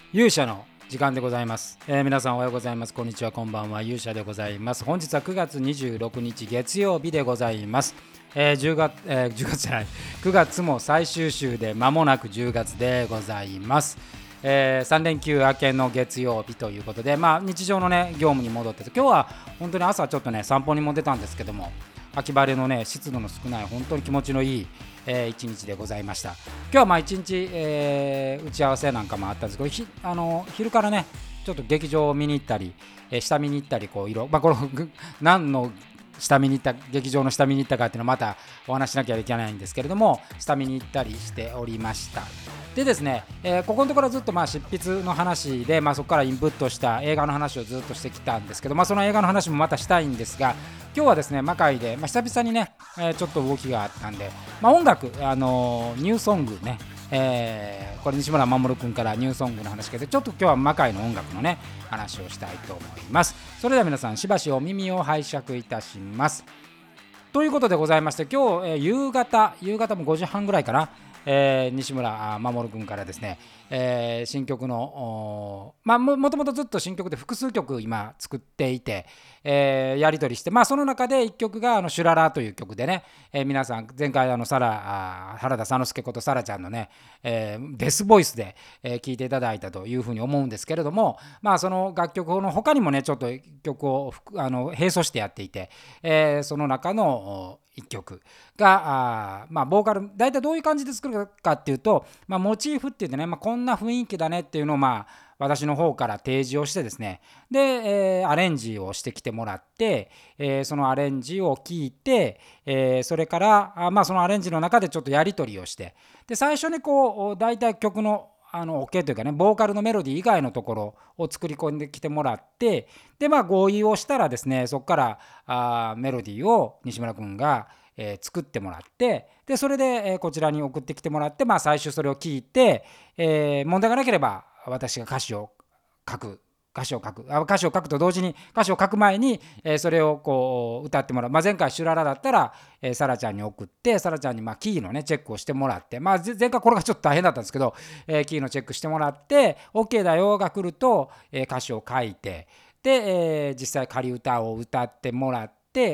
勇者の時間でございます。皆さんおはようございます。こんにちは、こんばんは。勇者でございます。本日は9月26日月曜日でございます。10月、10月じゃない9月も最終週で間もなく10月でございます。3連休明けの月曜日ということで、日常のね業務に戻ってて、今日は本当に朝ちょっとね散歩にも出たんですけども、秋晴れのね湿度の少ない本当に気持ちのいい一日でございました。今日は一日、打ち合わせなんかもあったんですけど、昼からねちょっと劇場を見に行ったり、下見に行ったり、これ何の下見に行った劇場の下見に行ったかっていうのはまたお話しなきゃいけないんですけれども、下見に行ったりしておりました。でですね、ここのところずっと執筆の話で、そこからインプットした映画の話をずっとしてきたんですけど、その映画の話もまたしたいんですが、今日はですね魔界で、久々にね、ちょっと動きがあったんで、音楽、ニューソングね、これ西村守君からニューソングの話が出て、ちょっと今日は魔界の音楽のね話をしたいと思います。それでは皆さんしばしお耳を拝借いたします。ということでございまして、今日、夕方も5時半ぐらいかな、西村守君からですね、新曲のもともとずっと新曲で複数曲今作っていて、やり取りして、その中で1曲がシュララという曲でね、皆さん前回原田佐之介ことサラちゃんのね、ベスボイスで聴いていただいたというふうに思うんですけれども、その楽曲の他にもねちょっと曲を並走してやっていて、その中の1曲がボーカル大体どういう感じで作るかっていうと、モチーフっていってね、こんな雰囲気だねっていうのを私の方から提示をしてですね、で、アレンジをしてきてもらって、そのアレンジを聞いて、それからそのアレンジの中でちょっとやり取りをして、で最初に大体曲のOK というかね、ボーカルのメロディー以外のところを作り込んできてもらって、で合意をしたらですね、そこからメロディーを西村君が作ってもらって、でそれでこちらに送ってきてもらって、最終それを聞いて、問題がなければ私が歌詞を書くと同時に歌詞を書く前に、それを歌ってもらう、前回シュララだったら、サラちゃんに送って、サラちゃんにキーのねチェックをしてもらって、前回これがちょっと大変だったんですけど、キーのチェックしてもらって、 OK だよが来ると、歌詞を書いて、で、実際仮歌を歌ってもらって、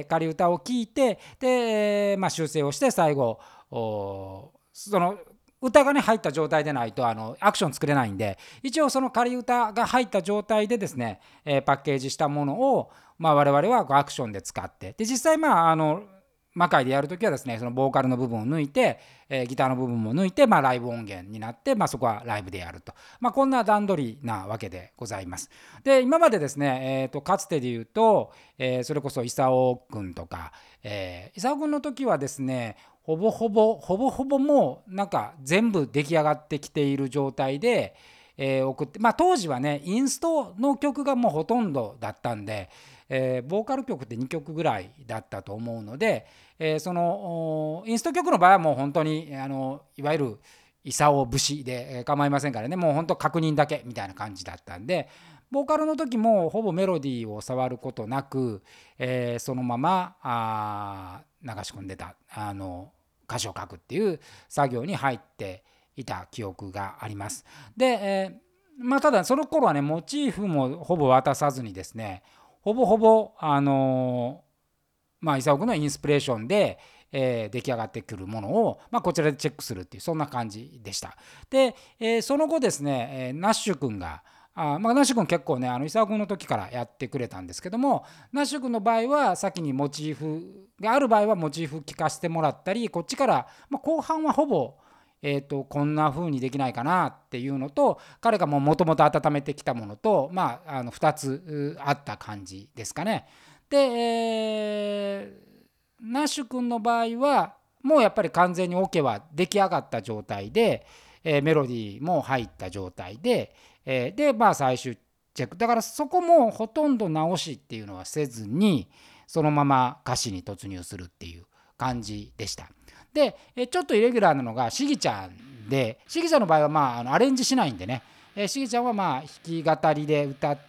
仮歌を聞いて、で、修正をして最後その歌がね入った状態でないとアクション作れないんで、一応その仮歌が入った状態でですね、パッケージしたものを、我々はアクションで使って、で実際魔界でやるときはですね、そのボーカルの部分を抜いて、ギターの部分も抜いて、ライブ音源になって、そこはライブでやると、こんな段取りなわけでございます。で今までですね、かつてで言うと、それこそ功君とか、功君の時はですね、ほぼほぼもうなんか全部出来上がってきている状態で、送って、当時はねインストの曲がもうほとんどだったんで、ボーカル曲って2曲ぐらいだったと思うので、そのインスト曲の場合はもう本当にいわゆる功節で構いませんからね、もう本当確認だけみたいな感じだったんで、ボーカルの時もほぼメロディーを触ることなく、そのまま流し込んでた歌詞を書くっていう作業に入っていた記憶があります。で、ただその頃はねモチーフもほぼ渡さずにですね、ほぼ功君のインスピレーションで、出来上がってくるものを、こちらでチェックするっていう、そんな感じでした。で、その後ですね、ナッシュ君がナッシュ君結構ね功君の時からやってくれたんですけども、ナッシュ君の場合は先にモチーフがある場合はモチーフ聞かせてもらったり、こっちから、後半はほぼこんな風にできないかなっていうのと、彼がもともと温めてきたものと、2つあった感じですかね。で、ナッシュ君の場合はもうやっぱり完全にオケは出来上がった状態で、メロディーも入った状態で、で最終チェックだから、そこもほとんど直しっていうのはせずに、そのまま歌詞に突入するっていう感じでした。でちょっとイレギュラーなのがしぎちゃんで、しぎちゃんの場合はアレンジしないんでね、しぎちゃんは弾き語りで歌って、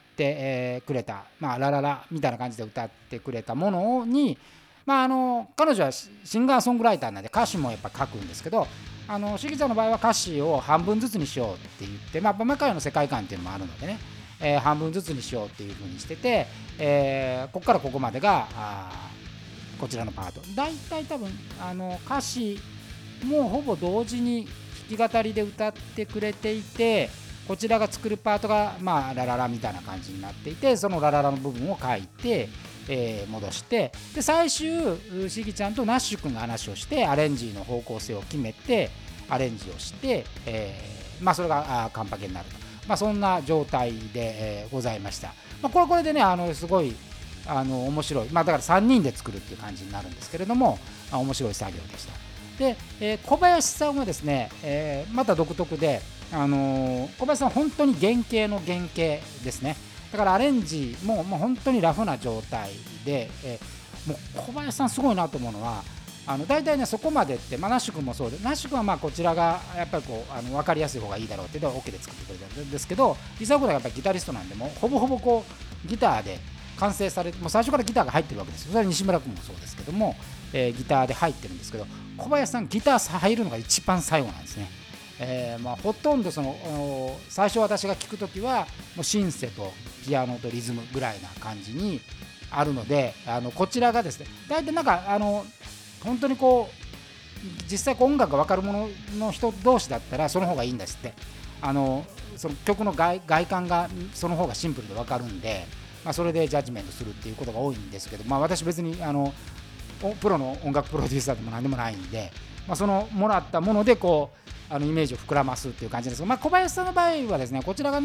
くれた、ラララみたいな感じで歌ってくれたものに、彼女はシンガーソングライターなんで歌詞もやっぱ書くんですけど、 しぎちゃんの場合は歌詞を半分ずつにしようって言って、マカイの世界観っていうのもあるのでね、半分ずつにしようっていう風にしてて、ここからここまでがこちらのパート、だいたい多分歌詞もほぼ同時に弾き語りで歌ってくれていて、こちらが作るパートがラララみたいな感じになっていて、そのラララの部分を書いて、戻して、で最終しぎちゃんとナッシュ君が話をしてアレンジの方向性を決めてアレンジをして、それがカンパケになると、そんな状態で、ございました。これでねすごい面白い、だから3人で作るっていう感じになるんですけれども、面白い作業でした。で、小林さんはですね、また独特で、小林さん本当に原型の原型ですね。だからアレンジも本当にラフな状態で、もう小林さんすごいなと思うのは、大体ねそこまでって、ナッシュ君もそうで、ナッシュ君はこちらがやっぱり分かりやすい方がいいだろうっていうのは OK で作ってくれたんですけど、伊沢君はやっぱりギタリストなんで、もうほぼほぼギターで完成されて、もう最初からギターが入ってるわけですよ。それは西村君もそうですけども、ギターで入ってるんですけど、小林さんギター入るのが一番最後なんですね。ほとんど最初私が聞くときはもうシンセとピアノとリズムぐらいな感じにあるので、こちらがですね、大体本当に実際音楽が分かるものの人同士だったらその方がいいんですって。その曲の外観がその方がシンプルで分かるんで、それでジャッジメントするっていうことが多いんですけど、私別にプロの音楽プロデューサーでも何でもないんで、そのもらったものでイメージを膨らますっていう感じですが、小林さんの場合はですね、こちらが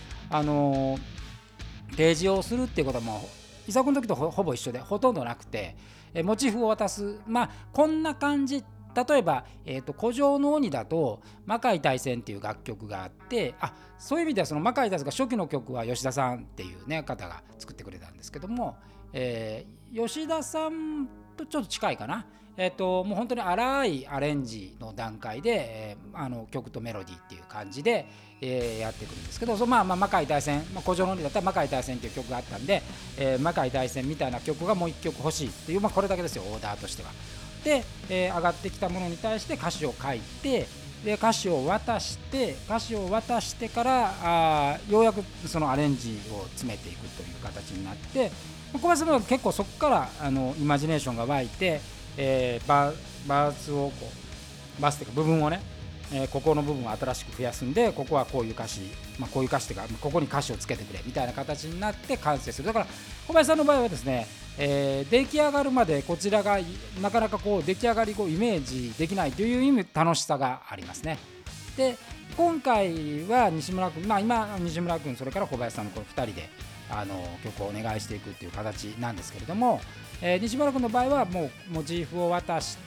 提示をするっていうことはもう伊沢君の時とほぼ一緒でほとんどなくて、モチーフを渡す、こんな感じ。例えば、古城の鬼だと魔界大戦っていう楽曲があって、そういう意味ではその魔界大戦が初期の曲は吉田さんっていう、方が作ってくれたんですけども、吉田さんとちょっと近いかな。もう本当に荒いアレンジの段階で、曲とメロディーっていう感じで、やってくるんですけど、魔界大戦、古城の鬼だったら魔界大戦っていう曲があったんで、魔界大戦みたいな曲がもう一曲欲しいっていう、これだけですよ、オーダーとしては。で、上がってきたものに対して歌詞を書いて、で歌詞を渡してからようやくそのアレンジを詰めていくという形になって、小林さんは結構そこからイマジネーションが湧いて、バースをバースというか部分をね、ここの部分を新しく増やすんで、ここはこういう歌詞、こういう歌詞というかここに歌詞をつけてくれみたいな形になって完成する。だから小林さんの場合はですね、出来上がるまでこちらがなかなか出来上がりイメージできないという意味楽しさがありますね。で今回は西村君、今西村君それから小林さんのこの2人で曲をお願いしていくっていう形なんですけれども、西村君の場合はもうモチーフを渡して、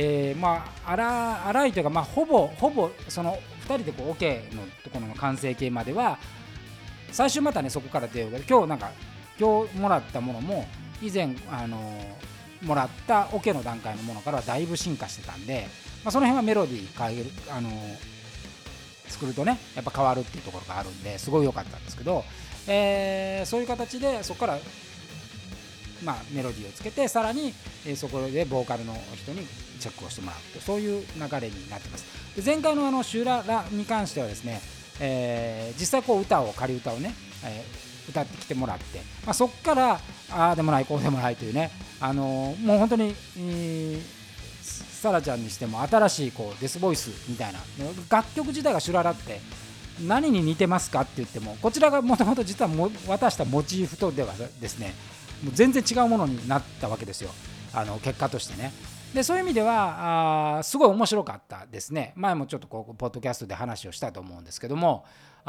荒いというか、ほぼその2人でOK のところの完成形までは最終またねそこから出ようが、今日もらったものも以前もらった OK の段階のものからはだいぶ進化してたんで、その辺はメロディー変える作るとねやっぱ変わるっていうところがあるんですごい良かったんですけど、そういう形でそこからメロディーをつけて、さらにそこでボーカルの人にチェックをしてもらうと、そういう流れになってます。で前回のシュララに関してはですね、実際仮歌をね、歌ってきてもらって、そこからああでもないこうでもないというね、もう本当に、サラちゃんにしても新しいデスボイスみたいな、楽曲自体がシュララって何に似てますかって言っても、こちらがもともと実は渡したモチーフとではですね、もう全然違うものになったわけですよ、結果としてね。でそういう意味ではすごい面白かったですね。前もちょっとポッドキャストで話をしたと思うんですけども、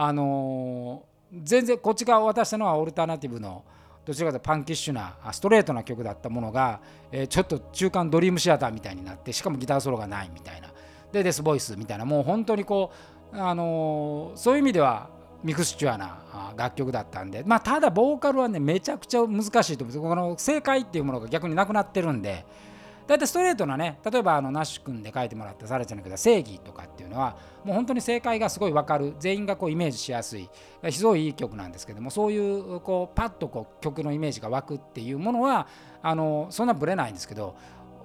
全然こっち側を渡したのはオルタナティブのどちらかというとパンキッシュなストレートな曲だったものが、ちょっと中間ドリームシアターみたいになって、しかもギターソロがないみたいなでデスボイスみたいな、もう本当にそういう意味ではミクスチュアな楽曲だったんで、ただボーカルはねめちゃくちゃ難しいと思う。この正解っていうものが逆になくなってるんで、だいたいストレートなね、例えばナッシュ君で書いてもらったサラちゃんの曲は正義とかっていうのはもう本当に正解がすごい分かる、全員がイメージしやすいすごいいい曲なんですけども、そういうパッと曲のイメージが湧くっていうものはそんなブレないんですけど、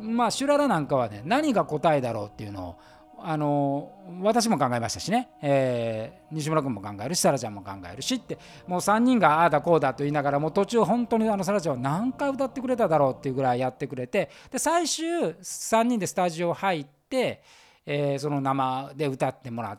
シュララなんかはね、何が答えだろうっていうのを私も考えましたしね、西村君も考えるし、サラちゃんも考えるしって、もう3人がああだこうだと言いながら、もう途中本当にサラちゃんは何回歌ってくれただろうっていうぐらいやってくれて、で最終3人でスタジオ入って、その生で歌ってもらって、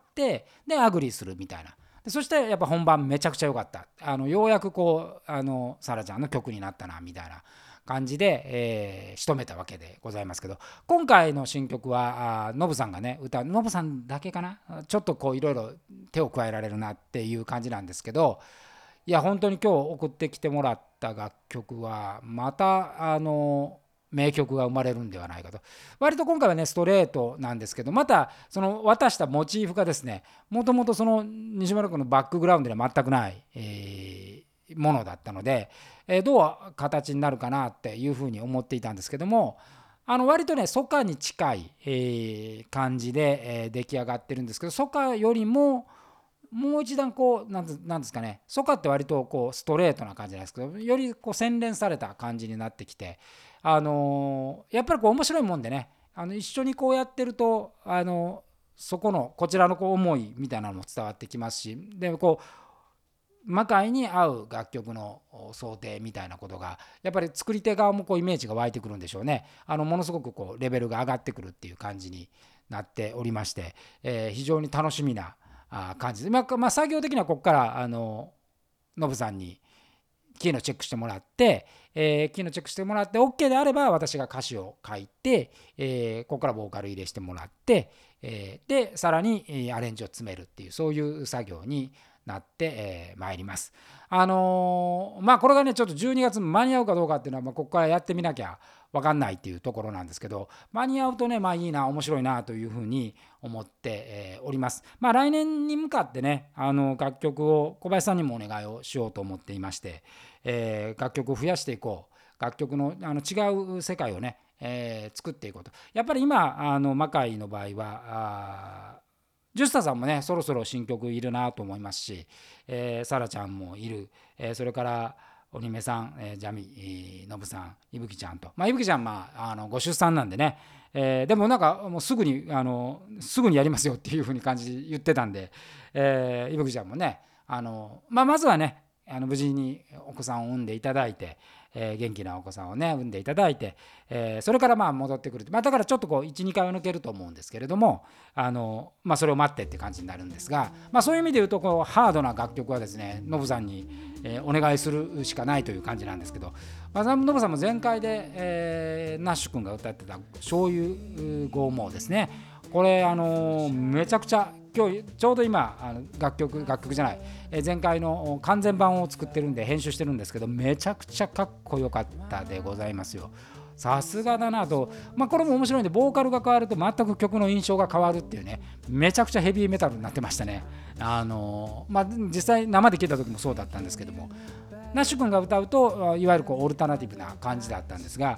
でアグリーするみたいな。でそしてやっぱ本番めちゃくちゃ良かった。ようやくこうサラちゃんの曲になったなみたいな感じで、仕留めたわけでございますけど、今回の新曲はノブさんがねノブさんだけかな、ちょっとこういろいろ手を加えられるなっていう感じなんですけど、いや本当に今日送ってきてもらった楽曲はまた名曲が生まれるんではないかと。割と今回はねストレートなんですけど、またその渡したモチーフがですね、もともとその西村君のバックグラウンドでは全くない、ものだったので、どう形になるかなっていうふうに思っていたんですけども、割とねソカに近い、感じで、出来上がってるんですけど、ソカよりももう一段こうなんですかね、ソカって割とこうストレートな感じなんですけど、よりこう洗練された感じになってきて、やっぱりこう面白いもんでね、一緒にこうやってるとそこのこちらのこう思いみたいなのも伝わってきますし、でこう魔界に合う楽曲の想定みたいなことがやっぱり作り手側もこうイメージが湧いてくるんでしょうね。ものすごくこうレベルが上がってくるっていう感じになっておりまして、非常に楽しみな感じで、作業的にはここからノブさんにキーのチェックしてもらって、キーのチェックしてもらって OK であれば私が歌詞を書いて、ここからボーカル入れしてもらって、でさらにアレンジを詰めるっていう、そういう作業になってまいります。これがねちょっと12月間に合うかどうかっていうのは、ここからやってみなきゃ分かんないっていうところなんですけど、間に合うとねいいな、面白いなというふうに思っております。来年に向かってね楽曲を小林さんにもお願いをしようと思っていまして、楽曲を増やしていこう、楽曲の違う世界をね、作っていこうと。やっぱり今魔界の場合はジュスタさんもねそろそろ新曲いるなと思いますし、サラちゃんもいる、それから鬼目さん、ジャミ、ノブさん、いぶきちゃんと、いぶきちゃんご出産なんでね、でもなんかもうすぐにやりますよっていう風に感じで言ってたんで、いぶきちゃんもねまずはね無事にお子さんを産んでいただいて、元気なお子さんをね産んでいただいて、それから戻ってくる、だからちょっとこう 1,2 回は抜けると思うんですけれども、それを待ってって感じになるんですが、そういう意味で言うとこうハードな楽曲はですねノブさんに、お願いするしかないという感じなんですけど、ノブさんも前回で、ナッシュ君が歌ってた醤油剛毛ですね、これめちゃくちゃ今日ちょうど今楽曲じゃない、前回の完全版を作ってるんで編集してるんですけど、めちゃくちゃかっこよかったでございますよ。さすがだなと、これも面白いんで、ボーカルが変わると全く曲の印象が変わるっていうね、めちゃくちゃヘビーメタルになってましたね。実際生で聴いた時もそうだったんですけども、ナッシュ君が歌うといわゆるこうオルタナティブな感じだったんですが、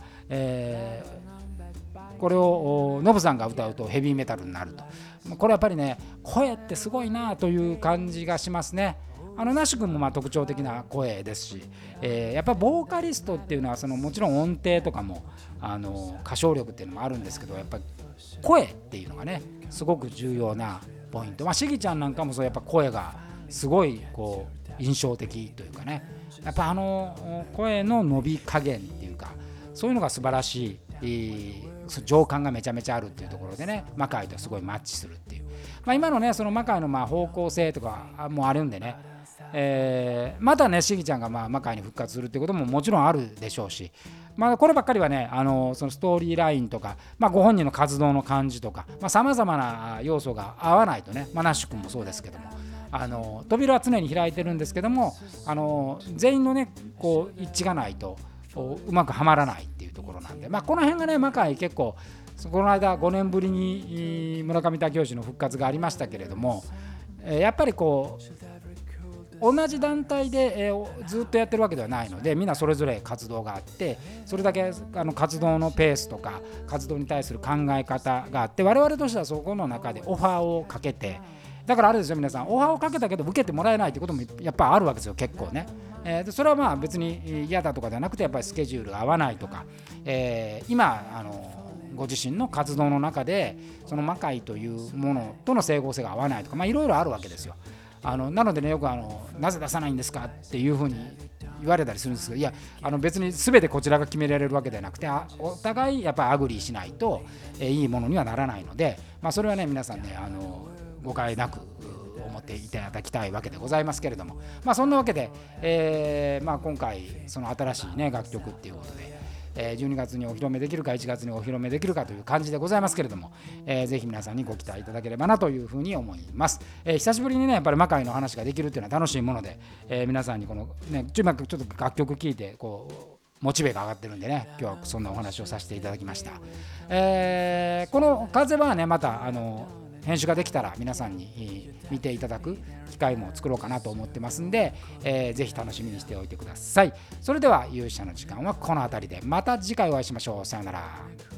これをノブさんが歌うとヘビーメタルになると。これやっぱりね声ってすごいなという感じがしますね。ナッシュ君も特徴的な声ですし、やっぱりボーカリストっていうのはもちろん音程とかも歌唱力っていうのもあるんですけど、やっぱり声っていうのがねすごく重要なポイント。しぎちゃんなんかもそう、やっぱ声がすごいこう印象的というかね、やっぱ声の伸び加減っていうか、そういうのが素晴らしい、情感がめちゃめちゃあるっていうところでね、魔界とすごいマッチするっていう、今のねその魔界の方向性とかもあるんでね、またねしぎちゃんが魔界に復活するっていうことももちろんあるでしょうし、こればっかりはねそのストーリーラインとか、ご本人の活動の感じとかさまざまな要素が合わないとね、ナッシュ君もそうですけども、扉は常に開いてるんですけども、全員のねこう一致がないとうまくはまらないっていうところなんで、この辺がね魔界結構この間5年ぶりに村上武雄の復活がありましたけれども、やっぱりこう同じ団体で、ずっとやってるわけではないので、みんなそれぞれ活動があって、それだけ活動のペースとか活動に対する考え方があって、我々としてはそこの中でオファーをかけて、だからあれですよ皆さん、オファーをかけたけど受けてもらえないってこともやっぱあるわけですよ、結構ね。でそれは別に嫌だとかじゃなくて、やっぱりスケジュールが合わないとか、今ご自身の活動の中でその魔界というものとの整合性が合わないとかいろいろあるわけですよ。なのでね、よくなぜ出さないんですかっていうふうに言われたりするんですけど、いや別に全てこちらが決められるわけではなくて、お互いやっぱりアグリーしないと、いいものにはならないので、それはね皆さんね誤解なく思っていただきたいわけでございますけれども、そんなわけで、今回その新しいね楽曲っていうことで、12月にお披露目できるか1月にお披露目できるかという感じでございますけれども、ぜひ皆さんにご期待いただければなというふうに思います。久しぶりにねやっぱり魔界の話ができるっていうのは楽しいもので、皆さんにこのねちょっと楽曲聴いてこうモチベが上がってるんでね、今日はそんなお話をさせていただきました。この風はねまた編集ができたら皆さんに見ていただく機会も作ろうかなと思ってますんで、ぜひ楽しみにしておいてください。それでは勇者の時間はこの辺りで、また次回お会いしましょう。さようなら。